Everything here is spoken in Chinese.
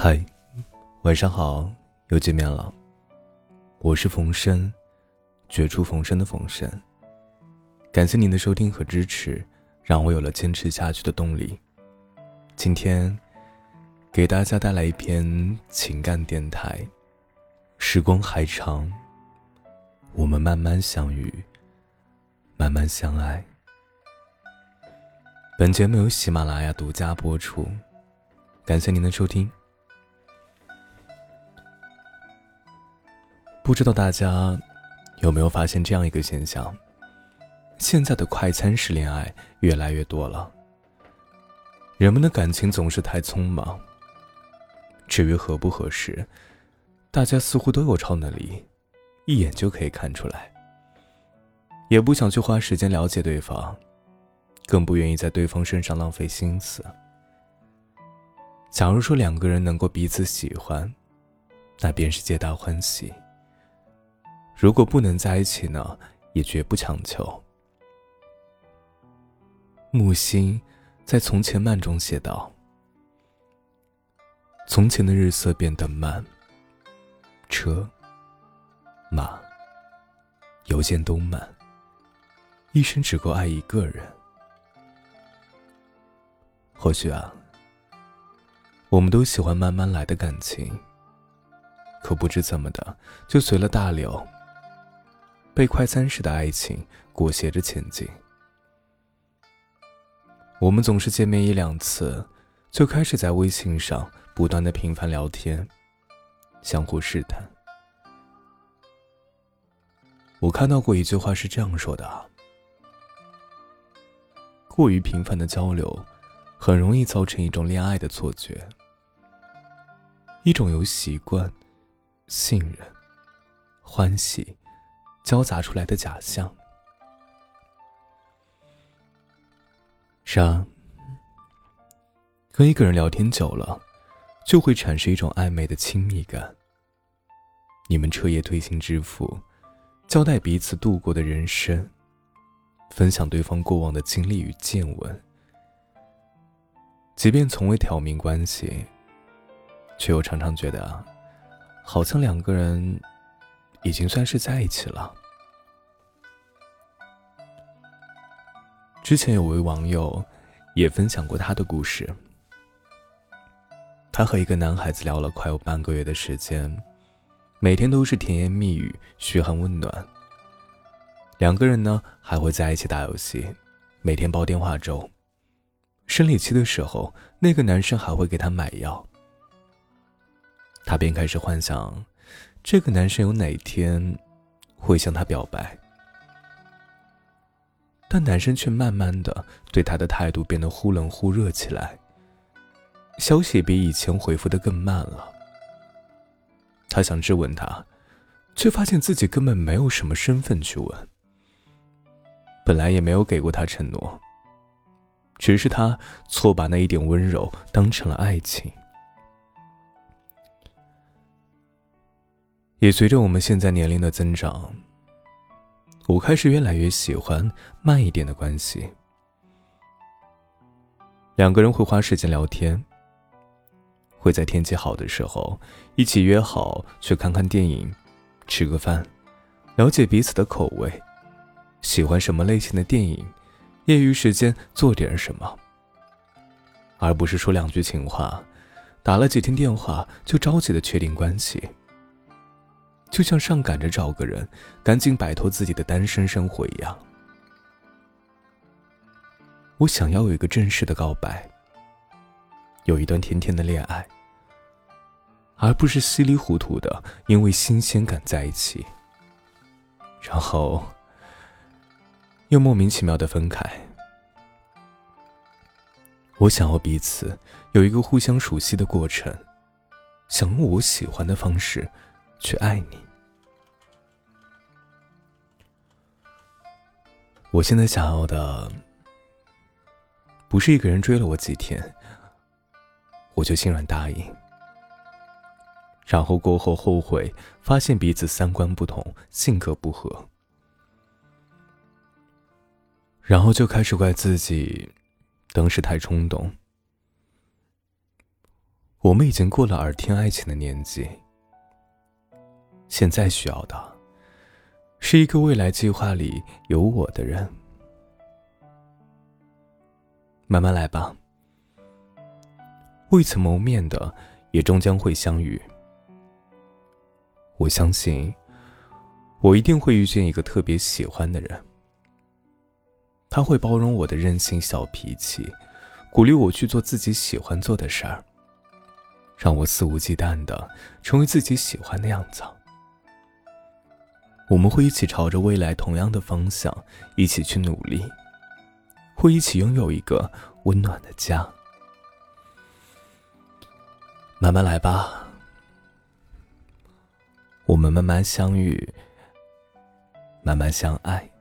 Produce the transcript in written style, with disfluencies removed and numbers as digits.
嗨，晚上好，又见面了。我是冯生，绝处逢生的冯生。感谢您的收听和支持，让我有了坚持下去的动力。今天给大家带来一篇情感电台。时光还长，我们慢慢相遇，慢慢相爱。本节目由喜马拉雅独家播出，感谢您的收听。不知道大家有没有发现这样一个现象，现在的快餐式恋爱越来越多了。人们的感情总是太匆忙，至于合不合适，大家似乎都有超能力，一眼就可以看出来，也不想去花时间了解对方，更不愿意在对方身上浪费心思。假如说两个人能够彼此喜欢，那便是皆大欢喜。如果不能在一起呢，也绝不强求。木心在《从前慢》中写道：从前的日色变得慢，车马邮件都慢，一生只够爱一个人。或许我们都喜欢慢慢来的感情，可不知怎么的就随了大流，被快餐式的爱情裹挟着前进。我们总是见面一两次，就开始在微信上不断的频繁聊天，相互试探。我看到过一句话是这样说的：过于频繁的交流很容易造成一种恋爱的错觉，一种由习惯、信任、欢喜交杂出来的假象。是跟一个人聊天久了，就会产生一种暧昧的亲密感。你们彻夜推心置腹，交代彼此度过的人生，分享对方过往的经历与见闻。即便从未挑明关系，却又常常觉得好像两个人已经算是在一起了。之前有位网友也分享过他的故事。他和一个男孩子聊了快有半个月的时间，每天都是甜言蜜语，嘘寒问暖。两个人呢还会在一起打游戏，每天煲电话粥。生理期的时候，那个男生还会给他买药。他便开始幻想，这个男生有哪天会向他表白。但男生却慢慢的对他的态度变得忽冷忽热起来，消息比以前回复的更慢了。他想质问他，却发现自己根本没有什么身份去问。本来也没有给过他承诺，只是他错把那一点温柔当成了爱情。也随着我们现在年龄的增长，我开始越来越喜欢慢一点的关系。两个人会花时间聊天，会在天气好的时候一起约好去看看电影，吃个饭，了解彼此的口味，喜欢什么类型的电影，业余时间做点什么，而不是说两句情话，打了几天电话就着急的确定关系，就像上赶着找个人赶紧摆脱自己的单身生活一样。我想要有一个正式的告白，有一段甜甜的恋爱，而不是稀里糊涂的因为新鲜感在一起，然后又莫名其妙的分开。我想要彼此有一个互相熟悉的过程，想用我喜欢的方式去爱你。我现在想要的不是一个人追了我几天我就心软答应，然后过后后悔发现彼此三观不同，性格不合，然后就开始怪自己当时太冲动。 我们已经过了耳听爱情的年纪，现在需要的是一个未来计划里有我的人。慢慢来吧，未曾谋面的也终将会相遇。我相信我一定会遇见一个特别喜欢的人，他会包容我的任性小脾气，鼓励我去做自己喜欢做的事儿，让我肆无忌惮地成为自己喜欢的样子。我们会一起朝着未来同样的方向一起去努力，会一起拥有一个温暖的家。慢慢来吧，我们慢慢相遇，慢慢相爱。